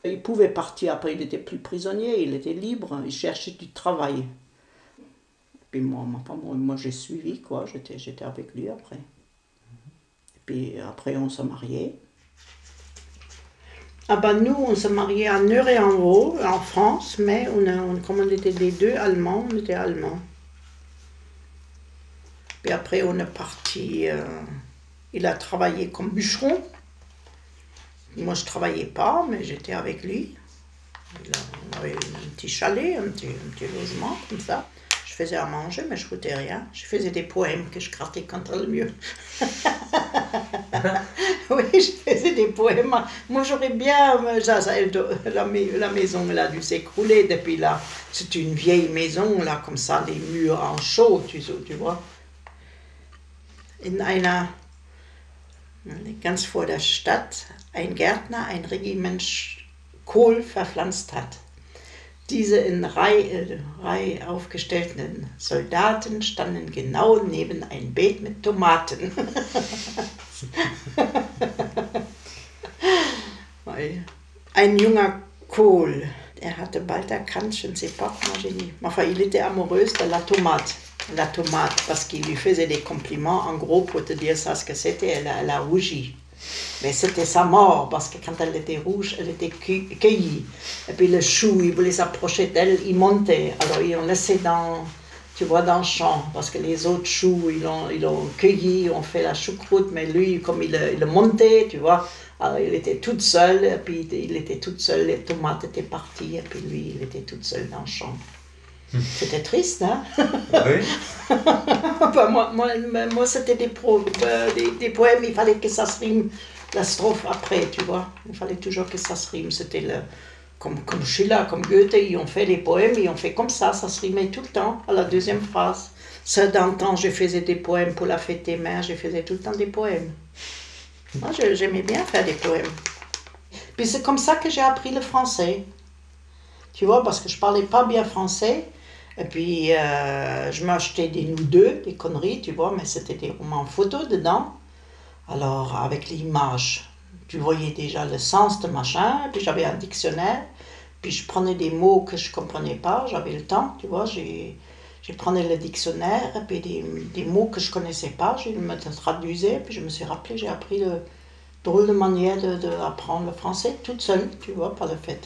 Il pouvait partir, après il n'était plus prisonnier, il était libre, il cherchait du travail. Puis moi j'ai suivi, quoi, j'étais avec lui après. Et puis après on s'est mariés. Ah ben nous on s'est mariés à Nuremberg en France, mais comme on était les deux Allemands, on était Allemands. Puis après on est parti, il a travaillé comme bûcheron. Moi je travaillais pas, mais j'étais avec lui. On avait un petit chalet, un petit logement comme ça. Je faisais à manger, mais je ne foutais rien. Je faisais des poèmes que je grattais contre le mur. Oui, je faisais des poèmes. Moi, j'aurais bien... La maison, elle a dû s'écrouler depuis là. C'est une vieille maison, là, comme ça, les murs en chaux, tu vois. In einer, ganz vor der Stadt, ein Gärtner ein Regiment Kohl verpflanzt hat. Diese in Reihe aufgestellten Soldaten standen genau neben ein Beet mit Tomaten. Ein junger Kohl, er hatte bald erkannt, je ne sais pas comment j'ai dit, enfin il était amoureux de la tomate. La tomate, parce qu'il lui faisait des compliments, en gros pour te dire ça ce que c'était, elle a rougi. Mais c'était sa mort, parce que quand elle était rouge, elle était cueillie. Et puis le chou, il voulait s'approcher d'elle, il montait. Alors ils l'ont laissé dans le champ, parce que les autres choux, ils l'ont cueilli, ont fait la choucroute, mais lui, comme il montait, tu vois, alors il était tout seul, et puis il était tout seul, les tomates étaient parties, et puis lui, il était tout seul dans le champ. C'était triste, hein? Oui. Enfin, moi c'était des poèmes, il fallait que ça se rime la strophe après, tu vois. Il fallait toujours que ça se rime. C'était comme Schiller, comme Goethe, ils ont fait les poèmes, ils ont fait comme ça se rimait tout le temps, à la deuxième phrase. Ça, dans le temps, je faisais des poèmes pour la fête des mères, je faisais tout le temps des poèmes. Moi, j'aimais bien faire des poèmes. Puis c'est comme ça que j'ai appris le français. Tu vois, parce que je parlais pas bien français. Et puis, je m'achetais des nous deux, des conneries, tu vois, mais c'était des romans photos dedans. Alors, avec l'image, tu voyais déjà le sens de machin, puis j'avais un dictionnaire, puis je prenais des mots que je comprenais pas, j'avais le temps, tu vois, je prenais le dictionnaire, et puis des mots que je connaissais pas, je me traduisais, puis je me suis rappelé, j'ai appris le drôle de manière d'apprendre le français toute seule, tu vois, par le fait